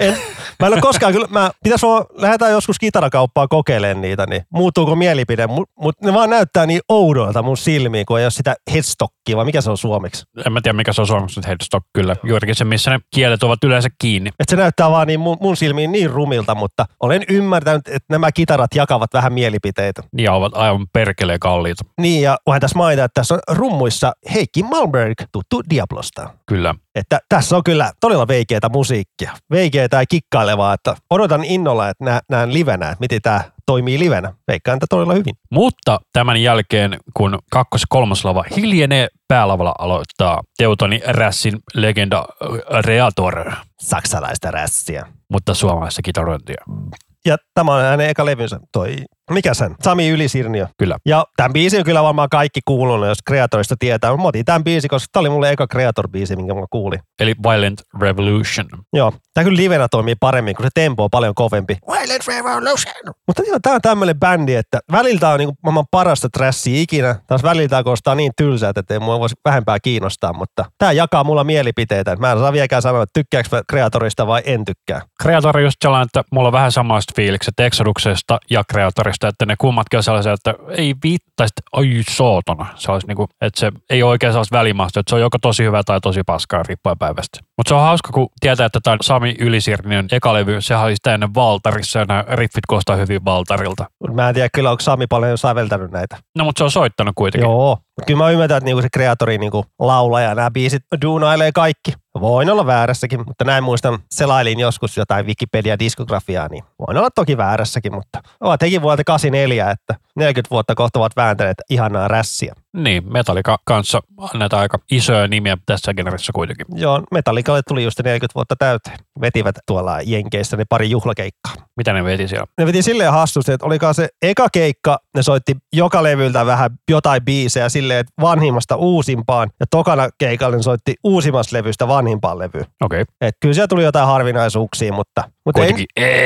Mä en ole koskaan pitäisi vaan lähdetään joskus kitarakauppaan kokeilemaan niitä, niin muuttuuko mielipide, mutta ne vaan näyttää niin oudoilta mun silmiin, kun ei ole sitä headstockia, vai mikä se on suomeksi? En mä tiedä, mikä se on suomeksi, mutta headstock kyllä. Juurikin se, missä ne kielet ovat yleensä kiinni. Että se näyttää vaan niin mun silmiin niin rumilta, mutta olen ymmärtänyt, että nämä kitarat jakavat vähän mielipiteitä. Ja ovat aivan perkeleen kalliita. Niin, ja voin tässä mainita, että tässä on rummuissa Heikki Malmberg, tuttu Diablosta. Kyllä. Että tässä on kyllä todella veikeätä musiikkia. Veikeätä ja kikkailevaa, että odotan innolla, että näen livenä, että miten tämä toimii livenä. Veikkaan tätä todella hyvin. Mutta tämän jälkeen, kun kakkos- ja kolmoslava hiljenee, päälavalla aloittaa Teutoni Rässin legenda Reator. Saksalaista rässiä. Mutta suomalaista kitarointia. Ja tämä on hänen eka levynsä, mikä sen? Sami Ylisirniö. Kyllä. Ja tämän biisin on kyllä varmaan kaikki kuulunut, jos Kreatorista tietää. Mä otin tämän biisin, koska tämä oli mulle eka Kreator-biisi, minkä mä kuulin. Eli Violent Revolution. Joo, tämä kyllä livenä toimii paremmin, kun se tempo on paljon kovempi. Violent Revolution! Mutta tämä on tämmöinen bändi, että väliltä on niin maailman parasta trashia ikinä. Taas väliltä koostaa niin tylsää, että ei mua voisi vähempää kiinnostaa, mutta tämä jakaa mulla mielipiteitä. Mä en saa vieläkään sanoa, että tykkääkö Kreatorista vai en tykkää. Kreator on just sellainen, että mulla on vähän samaiset fiilikset Exoduksesta ja Kreatorista, että ne kummatkin on sellaisia, että ei viittaisi, oi sootona. Se olisi niinku, että se ei ole oikein sellaista välimaastoa, että se on joko tosi hyvä tai tosi paskaa riippuen päivästä. Mutta se on hauska, kun tietää, että tämä Sami Ylisirniön eka levy, sehän oli sitä ennen Valtarissa ja nämä riffit kuulostaa hyvin Valtarilta. Mä en tiedä kyllä, onko Sami paljon säveltänyt näitä. No, mutta se on soittanut kuitenkin. Joo, mutta kyllä mä ymmärrän, että niinku se Kreatori niinku laulaa ja nämä biisit duunailee kaikki. Voin olla väärässäkin, mutta näin muistan, selailin joskus jotain Wikipedia-diskografiaa, niin voin olla toki väärässäkin, mutta ovat hekin vuodelta 84, että 40 vuotta kohta ovat vääntäneet ihanaa rässiä. Niin, Metallica kanssa näitä aika isoja nimiä tässä genressä kuitenkin. Joo, Metallicalle tuli just 40 vuotta täyteen. Vetivät tuolla Jenkeissä ne pari juhlakeikkaa. Mitä ne veti siellä? Ne veti silleen hassusti, että olikaan se eka keikka, ne soitti joka levyltä vähän jotain biisejä silleen, että vanhimmasta uusimpaan. Ja tokana keikalla ne soitti uusimmasta levystä vanhimpaan levyyn. Okei. Et kyllä siellä tuli jotain harvinaisuuksia, mutta kuitenkin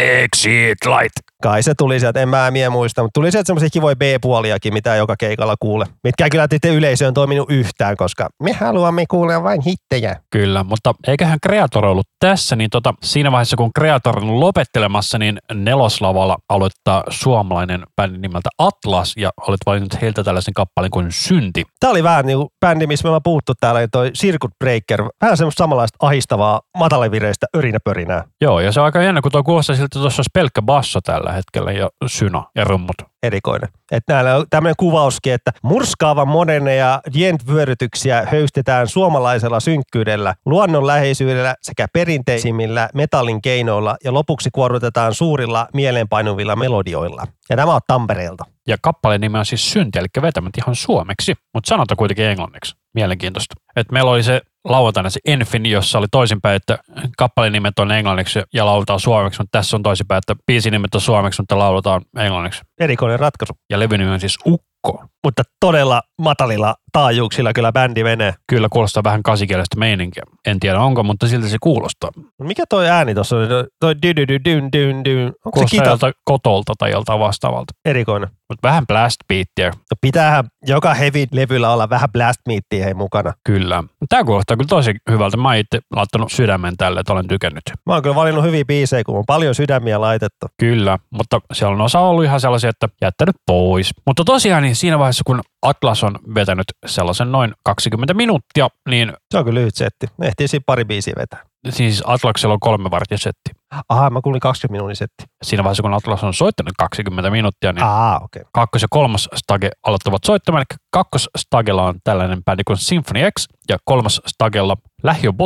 Exit Light. Kai se tuli sieltä, en mä muista, mutta tuli sieltä semmoisia kivoja B-puoliakin, mitä joka keikalla kuule. Mitkä kyllä yleisö on toiminut yhtään, koska me haluamme kuulla vain hittejä. Kyllä, mutta eiköhän Kreator ollut tässä, niin siinä vaiheessa kun Kreator on lopettelemassa, niin neloslavalla aloittaa suomalainen bändi nimeltä Atlas ja olet valinnut heiltä tällaisen kappaleen kuin Synti. Tämä oli vähän niin kuin bändi, missä me ollaan puhuttu täällä, toi Circuit Breaker, vähän semmoista samanlaista ahistavaa matalavireistä örinäpörinää. Joo, ja se on aika jännä, kun tuo kuulostaa siltä, että tuossa olisi pelkkä basso tällä hetkellä ja syna ja rummut. Erikoinen. Että näillä on tämmöinen kuvauskin, että murskaavan moderneja djent-vyörytyksiä höystetään suomalaisella synkkyydellä, luonnonläheisyydellä sekä perinteisimmillä metallin keinoilla ja lopuksi kuorrutetaan suurilla mieleenpainuvilla melodioilla. Ja tämä on Tampereelta. Ja kappaleen nimi on siis Synti, eli vetämät ihan suomeksi, mutta sanotaan kuitenkin englanniksi. Mielenkiintoista. Et meillä oli se lauantaina se Enfin, jossa oli toisinpäin, että kappaleen nimet on englanniksi ja lauletaan suomeksi, mutta tässä on toisinpäin, että biisin nimet on suomeksi, mutta lauletaan englanniksi. Erikoinen ratkaisu. Ja levyn nimi on siis Ukko. Mutta todella matalilla taajuuksilla kyllä bändi menee. Kyllä kuulostaa vähän kasikielestä meininkiä. En tiedä onko, mutta silti se kuulostaa. Mikä toi ääni tuossa on? Toi dy-dy-dy-dyn-dyn-dyn. Onko se kita? Kuulostaa kotolta tai joltain vastaavalta. Erikoinen. Mutta vähän blast beattiä. No pitäähän joka heavy-levyllä olla vähän blast beattiä hei mukana. Kyllä. Tämä kuulostaa kyllä tosi hyvältä. Mä oon itse laittanut sydämen tälle, että olen tykännyt. Mä oon kyllä valinnut hyviä biisejä, kun on paljon sydämiä laitettu. Kyllä, mutta siellä on osa ollut ihan sellaisia, että jättänyt pois. Mutta tosiaan niin siinä vaiheessa, kun Atlas on vetänyt sellaisen noin 20 minuuttia, niin... Se on kyllä lyhyt setti. Ehtii siinä pari biisiä vetää. Siis Atlaksella on 3 vartin setti. Aha, mä kuulin 20 minuutin setti. Siinä vaiheessa, kun Atlas on soittanut 20 minuuttia, niin okei. Kakkos- ja kolmas stage aloittavat soittamaan. Eli kakkosstagella on tällainen bändi kuin Symphony X ja kolmas stagella Lähiö Botox.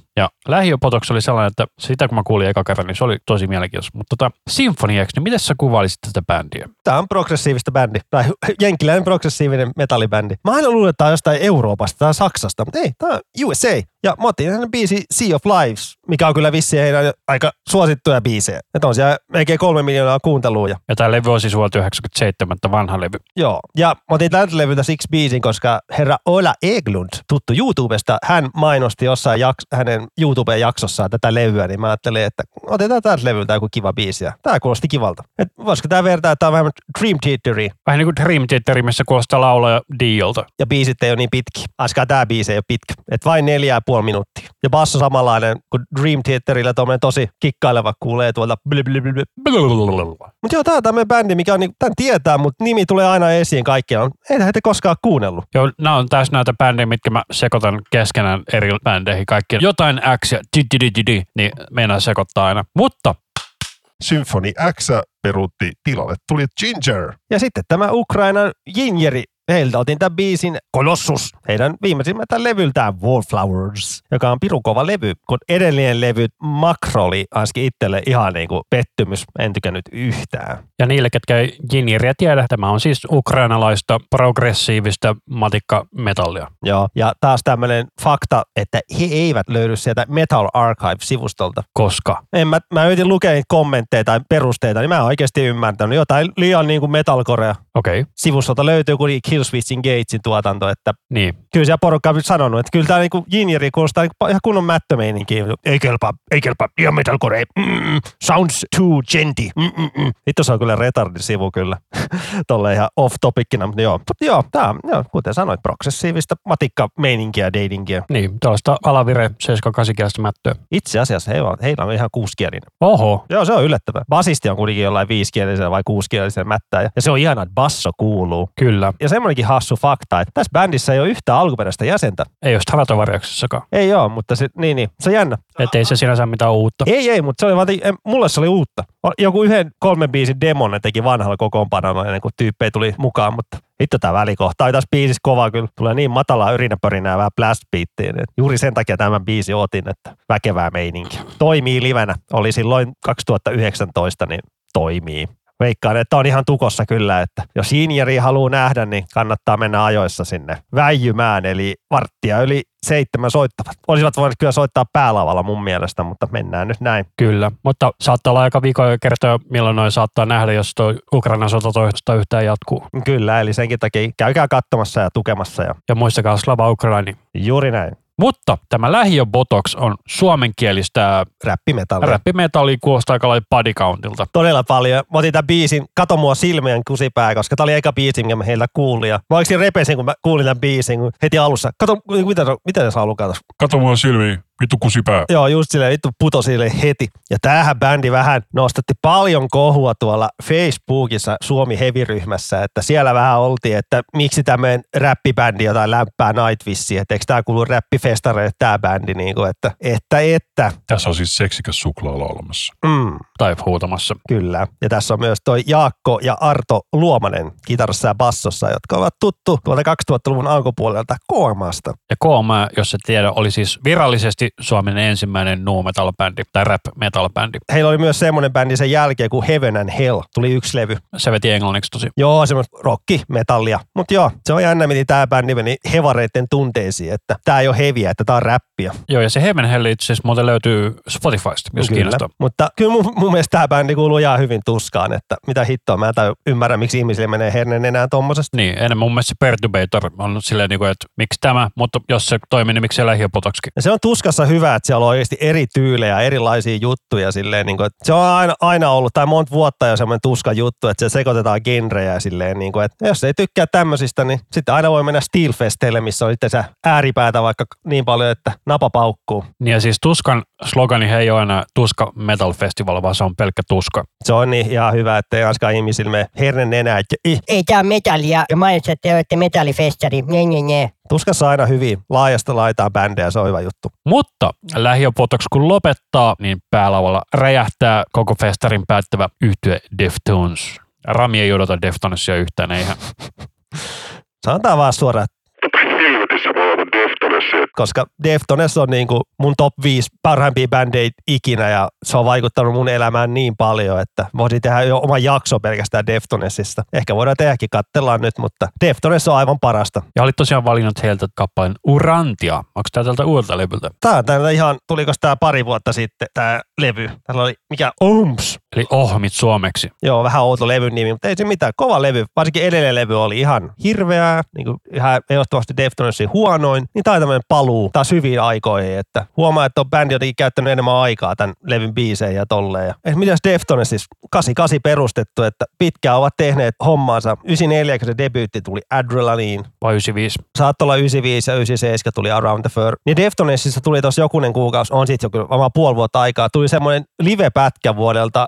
Ja Lähiöpotoks oli sellainen, että sitä kun mä kuulin eka kerran, niin se oli tosi mielenkiintoista. Mutta Symphony X, niin miten sä kuvailisit tätä bändiä? Tämä on progressiivista bändi, tai jenkkiläinen progressiivinen metallibändi. Mä aina luulen, että tämä on jostain Euroopasta tai Saksasta, mutta ei, tämä on USA. Ja mä otin hänen biisi Sea of Lives, mikä on kyllä vissiin heidän aika suosittuja biisejä. Että on siellä melkein 3 miljoonaa kuuntelua. Ja tämä levy on siis vuodelta 97, vanha levy. Joo, ja mä otin tältä levyltä siksi biisin, koska herra Ola Eglund, tuttu YouTubesta, hän mainosti jossain hänen YouTube-jaksossaan tätä levyä, niin mä ajattelin, että otetaan tältä levyltä joku kiva biisi. Ja tää kuulosti kivalta. Et voisiko tää vertaa, että tää on vähän Dream Theateria. Vähän niin kuin Dream Theater, missä kuulostaa laulaja Diolta. Ja biisit ei ole niin pitki. Aiskaan tää biisi ei ole pitkä. Et vain 4,5 minuuttia. Ja basso samanlainen kuin Dream Theaterilla, tommoinen tosi kikkaileva kuulee tuolta blablabla. Mutta joo, tää on tämmöinen bändi, mikä on, tän tietää, mutta nimi tulee aina esiin kaikkiaan. Ei heitä koskaan kuunnellut. Joo, nämä on tässä näitä bändejä, mitkä mä sekoitan keskenään eri bändeihin kaikki. Jotain X ja niin meinaa sekoittaa aina. Mutta Symphony X peruutti, tilalle tuli Ginger. Ja sitten tämä Ukrainan Gingeri. Heiltä otin tämän biisin Colossus, heidän viimeisimmältä levyltään Wallflowers, joka on pirun kova levy, kun edellinen levy Makro oli ainakin itselle ihan niin kuin pettymys, en tykännyt yhtään. Ja niille, ketkä ei Gingeriä tiedä, tämä on siis ukrainalaista progressiivista matikkametallia. Joo, ja taas tämmöinen fakta, että he eivät löydy sieltä Metal Archive-sivustolta. Koska? Mä yritin lukea niitä kommentteja tai perusteita, niin mä en oikeasti ymmärtänyt jotain liian niin kuin metalcorea. Okei. Sivustolta löytyy kuitenkin Killswitch Engagein tuotanto, että niin. Kyllä siellä porukka on sanonut, että kyllä tämä niinku Gingeri kuulostaa ihan kunnon mättömeininkiä. Ei kelpaa, ihan metalcore, sounds too genty. Vittu se on kyllä retardisivu kyllä, tolleen ihan off-topiccina, mutta joo, tää on, kuten sanoit, progressiivista matikka-meininkiä, datingia. Niin, tuollaista alavire 7-8-kielistä mättöä. Itse asiassa heillä on ihan 6-kielinen. Oho. Joo, se on yllättävää. Basisti on kuitenkin jollain 5-kielisellä vai 6-kielisellä mättää, ja se on ihanaa, että basso kuuluu. Kyllä. Ja semmoinenkin hassu fakta, että tässä bändissä ei ole yhtään alkuperäistä jäsentä. Ei ole Stratovariuksessakaan. Ei ole, mutta se on jännä. Että ei se sinänsä mitään uutta. Ei, mutta mulle se oli uutta. Joku 1-3 biisin demon ne teki vanhalla kokoonpanolla ennen kuin tyyppejä tuli mukaan, mutta hitto tää välikohta. Ai tässä biisissä kova kyllä. Tulee niin matalaa yrinäpörinää vähän blast beattiin. Juuri sen takia tämän biisi otin, että väkevää meininkiä. Toimii livenä. Oli silloin 2019, niin toimii. Veikkaan, että on ihan tukossa kyllä, että jos Gingeri haluaa nähdä, niin kannattaa mennä ajoissa sinne väijymään, eli varttia yli 7 soittavat. Olisivat voineet kyllä soittaa päälavalla mun mielestä, mutta mennään nyt näin. Kyllä, mutta saattaa olla aika viikkoja kertoa, milloin noin saattaa nähdä, jos tuo Ukrainan sota toista yhtään jatkuu. Kyllä, eli senkin takia käykää katsomassa ja tukemassa. Ja muistakaa Slava Ukraini. Juuri näin. Mutta tämä Lähiöpotoks on suomenkielistä räppimetallia, kuulostaa aika lailla body countilta. Todella paljon. Mä otin tämän biisin Kato mua silmien kusipää, koska tämä oli eka biisi, minkä mä heiltä kuulin. Ja mä oikein repesin, kun mä kuulin tämän biisin heti alussa. Kato, miten se on lukata? Kato mua silmiin. Vittu kusipää. Joo, just silleen, vittu putosi heti. Ja tämähän bändi vähän nostatti paljon kohua tuolla Facebookissa Suomi Heavy-ryhmässä, että siellä vähän oltiin, että miksi tämmöinen räppibändi jotain lämpää Nightwishia, että eikö tämä kuulu räppifestareille tämä bändi, niin kuin, että. Tässä on siis seksikäs suklaa laulamassa. Tai huutamassa. Kyllä. Ja tässä on myös toi Jaakko ja Arto Luomanen kitarassa ja bassossa, jotka ovat tuttu tuolta 2000-luvun alkupuolelta KMAsta. Ja KMA, jos et tiedä, oli siis virallisesti Suomen ensimmäinen nu metal-bändi tai rap-metal-bändi. Heillä oli myös semmoinen bändi sen jälkeen kuin Heaven and Hell. Tuli yksi levy. Se veti englanniksi tosi. Joo, semmoista rock-metallia. Mutta joo, se on jännä, miten tämä bändi meni hevareiden tunteisiin, että tämä ei ole heviä, että tämä on räppiä. Joo, ja se Heaven and Hell itse asiassa muuten löytyy Spotifysta, jos kiinnostaa. Mutta kyllä mun mielestä tämä bändi kuuluu ihan hyvin tuskaan, että mitä hittoa. Mä en ymmärrä, miksi ihmisille menee hernen enää tommosesta. Niin, enemmän mun mielestä se Perturbator on silleen, että miksi tämä, mutta jos se toimii, niin miksi se Lähiöpotoksikin. Ja se on tuskassa hyvä, että siellä on oikeasti eri tyylejä, erilaisia juttuja silleen, niin kuin, että se on aina ollut, tai monta vuotta jo semmoinen tuska juttu, että se sekoitetaan genrejä silleen, niin kuin, että jos ei tykkää tämmöisistä, niin sitten aina voi mennä Steelfesteille, missä on sitten se ääripäätä vaikka niin paljon, että napa paukkuu. Niin ja siis Tuskan slogani ei ole enää Tuska Metal Festival, vaan se on pelkkä tuska. Se on niin ihan hyvä, että ei ainakaan ihmisille mene hernen enää. Ei tää on metallia, ja mainitsin, että te olette metallifestari. Ne. Tuskassa on aina hyvin laajasta laitaan bändejä, se on hyvä juttu. Mutta Lähiöpotoks kun lopettaa, niin päälavalla räjähtää koko festarin päättävä yhtye Deftones. Rami ei odota Deftonesia yhtään, eihän. Sanotaan vaan suoraan, Helvetissä mä otan Deftonesia, koska Deftones on niinku mun top 5 parhaimpia bändejä ikinä ja se on vaikuttanut mun elämään niin paljon, että voisin tehdä jo oma jakso pelkästään Deftonesista. Ehkä voidaan tehdäkin, katsellaan nyt, mutta Deftones on aivan parasta. Ja olit tosiaan valinnut heiltä kappaleen Urantia. Onko tää tältä uudelta levyltä? Tää on täällä ihan, tulikos tää pari vuotta sitten tää levy? Täällä oli mikä Ohms. Eli Ohmit suomeksi. Joo, vähän outo levyn nimi, mutta ei se mitään. Kova levy. Varsinkin edellinen levy oli ihan hirveää, niin kuin ihan ehdottomasti Deftonesin huonoin. Niin tää on tämmöinen paluu taas hyviin aikoihin, että huomaa, että on bändi jotenkin käyttänyt enemmän aikaa tämän levyn biiseihin ja tolleen. Ja mitäs Deftones siis 88 perustettu, että pitkään ovat tehneet hommaansa. 94, kun se debyytti tuli Adrenaline. Vai 95? Saattoi olla 95 ja 97 tuli Around the Fur. Niin Deftonesissa tuli tossa jokunen kuukausi, on siitä joku varmaan puoli vuotta aikaa, tuli semmoinen live-pätkä vuodelta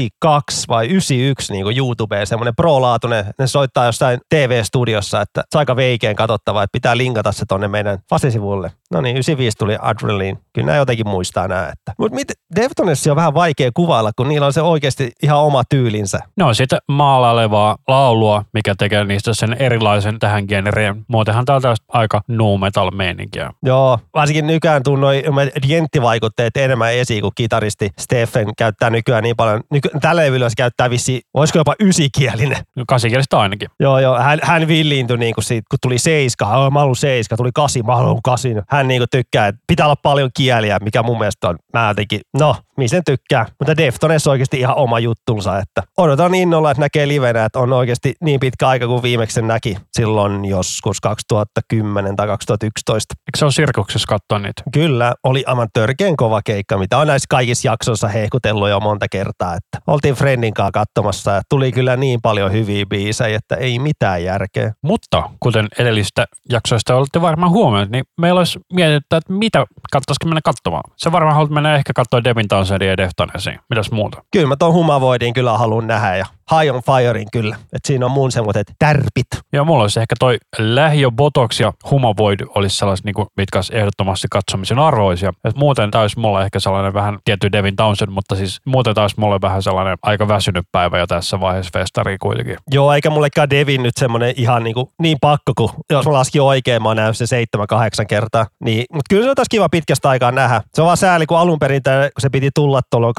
92 vai 91 niin kuin YouTubeen, semmoinen pro-laatuinen, ne soittaa jossain TV-studiossa, että se on aika veikeän katsottava, että pitää linkata se tonne meidän fasisivulle. No niin, 95 tuli Adrenaline. Kyllä nämä jotenkin muistaa nämä. Mutta Deftones on vähän vaikea kuvailla, kun niillä on se oikeasti ihan oma tyylinsä. No sitten maalailevaa laulua, mikä tekee niistä sen erilaisen tähän genreen. Muutenhan tää on aika nu metal meininkiä. Joo, varsinkin nykyään tunnoi djenttivaikutteet enemmän esiin, kun kitaristi Stephen käyttää nykyään niin paljon. Tällä levyllä se käyttää vissiin, voisiko jopa 9-kielinen. 8-kielistä ainakin. Joo, hän villiintyi niin kuin siitä, kun tuli 7, mä haluan 7, tuli 8, mä haluan 8. Hän niin kuin tykkää, että pitää olla paljon kieliä, mikä mun mielestä on. Mä jotenkin, miten tykkää. Mutta Deftones on oikeasti ihan oma juttunsa, että odotan innolla, että näkee livenä, että on oikeasti niin pitkä aika kuin viimeksi sen näki silloin joskus 2010 tai 2011. Eikö se ole Sirkuksessa katsoa niitä? Kyllä, oli aivan törkeän kova keikka, mitä on näissä kaikissa jaksoissa hehkutellut jo monta kertaa, että oltiin Friendin kanssa katsomassa ja tuli kyllä niin paljon hyviä biisejä, että ei mitään järkeä. Mutta kuten edellistä jaksoista olette varmaan huomioon, niin meillä olisi mietitty, että mitä kannattaisikin mennä katsomaan. Se varmaan haluat mennä ehkä katsoa Devin Townsendin ja Deftonesiin. Mitäs muuta? Kyllä mä ton Humavoidin kyllä haluan nähdä ja High on Firein kyllä. Että siinä on mun semmoiset tärpit. Ja mulla olisi ehkä toi Lähiö Botox ja Humavoid olisi sellaiset, mitkä olisi ehdottomasti katsomisen arvoisia. Et muuten tämä olisi mulla ehkä sellainen vähän tietty Devin Townsend, mutta siis muuten tämä olisi mulle vähän sellainen aika väsynyt päivä jo tässä vaiheessa festari kuitenkin. Joo, eikä mullekaan Devin nyt semmoinen ihan niin pakko, kun jos mä laskin oikein, mä oon nähnyt se 7-8 kertaa. Niin, mutta kyllä se on taas kiva pitkästä aikaa nähdä. Se on vaan sääli, kun alun perin, kun se piti tulla tuolloin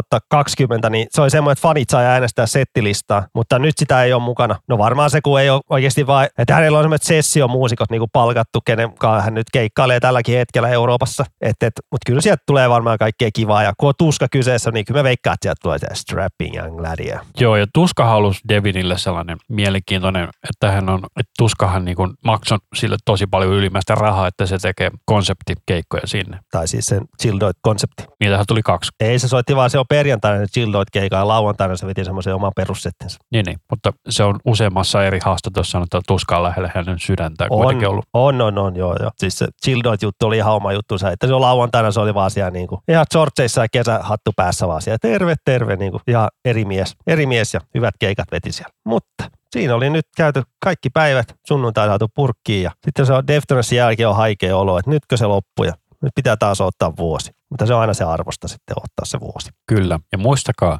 2020, niin se oli semmoinen, että fanit saa äänestää settilistaa, mutta nyt sitä ei ole mukana. No varmaan se, kun ei ole oikeasti vaan, että hänellä on semmoiset sessiomuusikot niin kuin palkattu, kenen hän nyt keikkailee tälläkin hetkellä Euroopassa. Mutta kyllä sieltä tulee varmaan kaikkea kivaa, ja kun on Tuska kyseessä, niin kyllä me veikkaan, että sieltä tulee se Strapping Young Ladia. Joo, ja Tuska halusi Devinille sellainen mielenkiintoinen, että Tuskahan niin kuin maksoi sille tosi paljon ylimääräistä rahaa, että se tekee konseptikeikkoja sinne. Tai siis sen Childoid-konsepti. Niitähän tuli 2. Ei, se soitti vaan, se on perjantaina Childoid-keikka ja lauantaina se veti semmoisen oman perussettinsä. Niin, mutta se on useammassa eri haastattelussa sanottu, että Tuska on lähellä hänen sydäntään kuitenkin ollut. On, joo. Siis se Childoid-juttu oli ihan oma juttunsa, että se on lauantaina, se oli vaan siellä niinku, ihan shortseissa ja kesähattu päässä vaan siellä. Terve, niinku, ihan eri mies ja hyvät keikat veti siellä. Mutta siinä oli nyt käyty kaikki päivät, sunnuntai saatu purkkiin ja sitten se on Deftonesin jälkeen on haikea olo, että nytkö se loppui ja nyt pitää taas ottaa vuosi. Mutta se on aina se arvosta sitten ottaa se vuosi. Kyllä, ja muistakaa,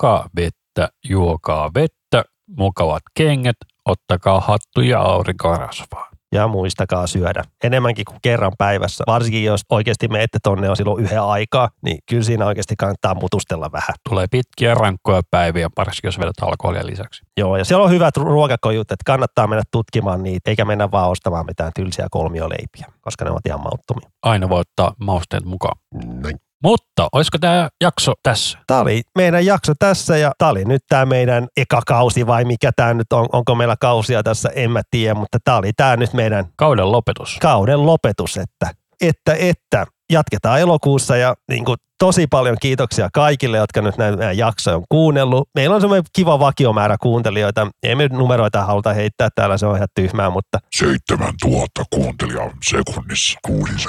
juokaa vettä, mukavat kengät, ottakaa hattu ja aurinkorasvaa. Ja muistakaa syödä enemmänkin kuin kerran päivässä. Varsinkin jos oikeasti menette tonne jo silloin yhden aikaa, niin kyllä siinä oikeasti kannattaa mutustella vähän. Tulee pitkiä rankkoja päiviä, varsinkin jos vedät alkoholia lisäksi. Joo, ja siellä on hyvät ruokakojut, että kannattaa mennä tutkimaan niitä, eikä mennä vaan ostamaan mitään tylsiä kolmioleipiä, koska ne ovat ihan mauttomia. Aina voi ottaa mausteet mukaan. Näin. Mutta olisiko tämä jakso tässä? Tämä oli meidän jakso tässä ja tämä oli nyt tämä meidän eka kausi vai mikä tämä nyt on. Onko meillä kausia tässä, en mä tiedä, mutta tämä oli tämä nyt meidän kauden lopetus. Kauden lopetus, että jatketaan elokuussa ja niin kuin tosi paljon kiitoksia kaikille, jotka nyt näitä jaksoja on kuunnellut. Meillä on semmoinen kiva vakiomäärä kuuntelijoita. Ei me numeroita haluta heittää täällä, se on ihan tyhmää, mutta 7000 kuuntelijaa sekunnissa.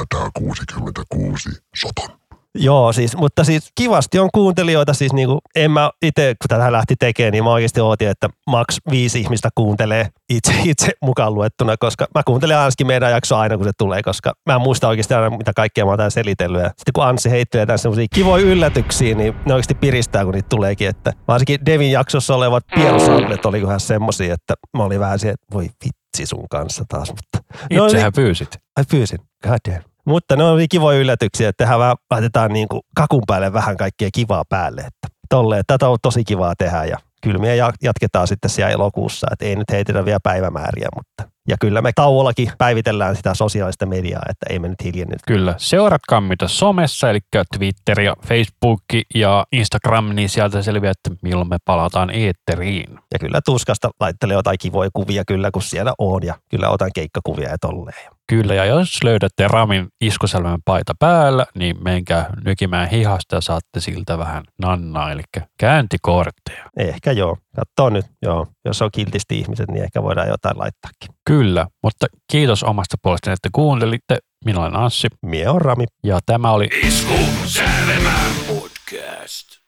666 soton. Joo, mutta kivasti on kuuntelijoita, siis niinku, en mä itse, kun tätä lähti tekemään, niin mä oikeasti ootin, että maks 5 ihmistä kuuntelee itse mukaan luettuna, koska mä kuuntelen ainakin meidän jaksoa aina, kun se tulee, koska mä en muista oikeasti aina, mitä kaikkea mä oon täällä selitellyt. Ja sitten kun Anssi heittelee tämän semmosia kivoja yllätyksiä, niin ne oikeasti piristää, kun niitä tuleekin, että varsinkin Devin jaksossa olevat pierusamplet olikohan semmosia, että mä olin vähän siihen, että voi vitsi sun kanssa taas, mutta itsehän pyysit. Ai pyysin, god damn. Mutta ne oli kivoja yllätyksiä, että tehdään vähän, laitetaan niin kuin kakun päälle vähän kaikkea kivaa päälle. Että tolleen, tätä on tosi kivaa tehdä ja kyllä me jatketaan sitten siellä elokuussa, että ei nyt heitetä vielä päivämääriä, mutta ja kyllä me tauollakin päivitellään sitä sosiaalista mediaa, että ei me nyt hiljennyt. Kyllä, seuratkaa mitä somessa, eli Twitter ja Facebook ja Instagram, niin sieltä selviää, että milloin me palataan eetteriin. Ja kyllä tuskasta laittelee jotain kivoja kuvia kyllä, kun siellä on ja kyllä otan keikkakuvia ja tolleen. Kyllä, ja jos löydätte Ramin iskuselmän paita päällä, niin menkää nykimään hihasta ja saatte siltä vähän nannaa, eli käyntikortteja. Ehkä joo. Katsoo nyt, joo. Jos on kiltisti ihmiset, niin ehkä voidaan jotain laittaakin. Kyllä, mutta kiitos omasta puolestani, että kuuntelitte. Minä olen Anssi. Mie on Rami. Ja tämä oli Iskuselmä podcast.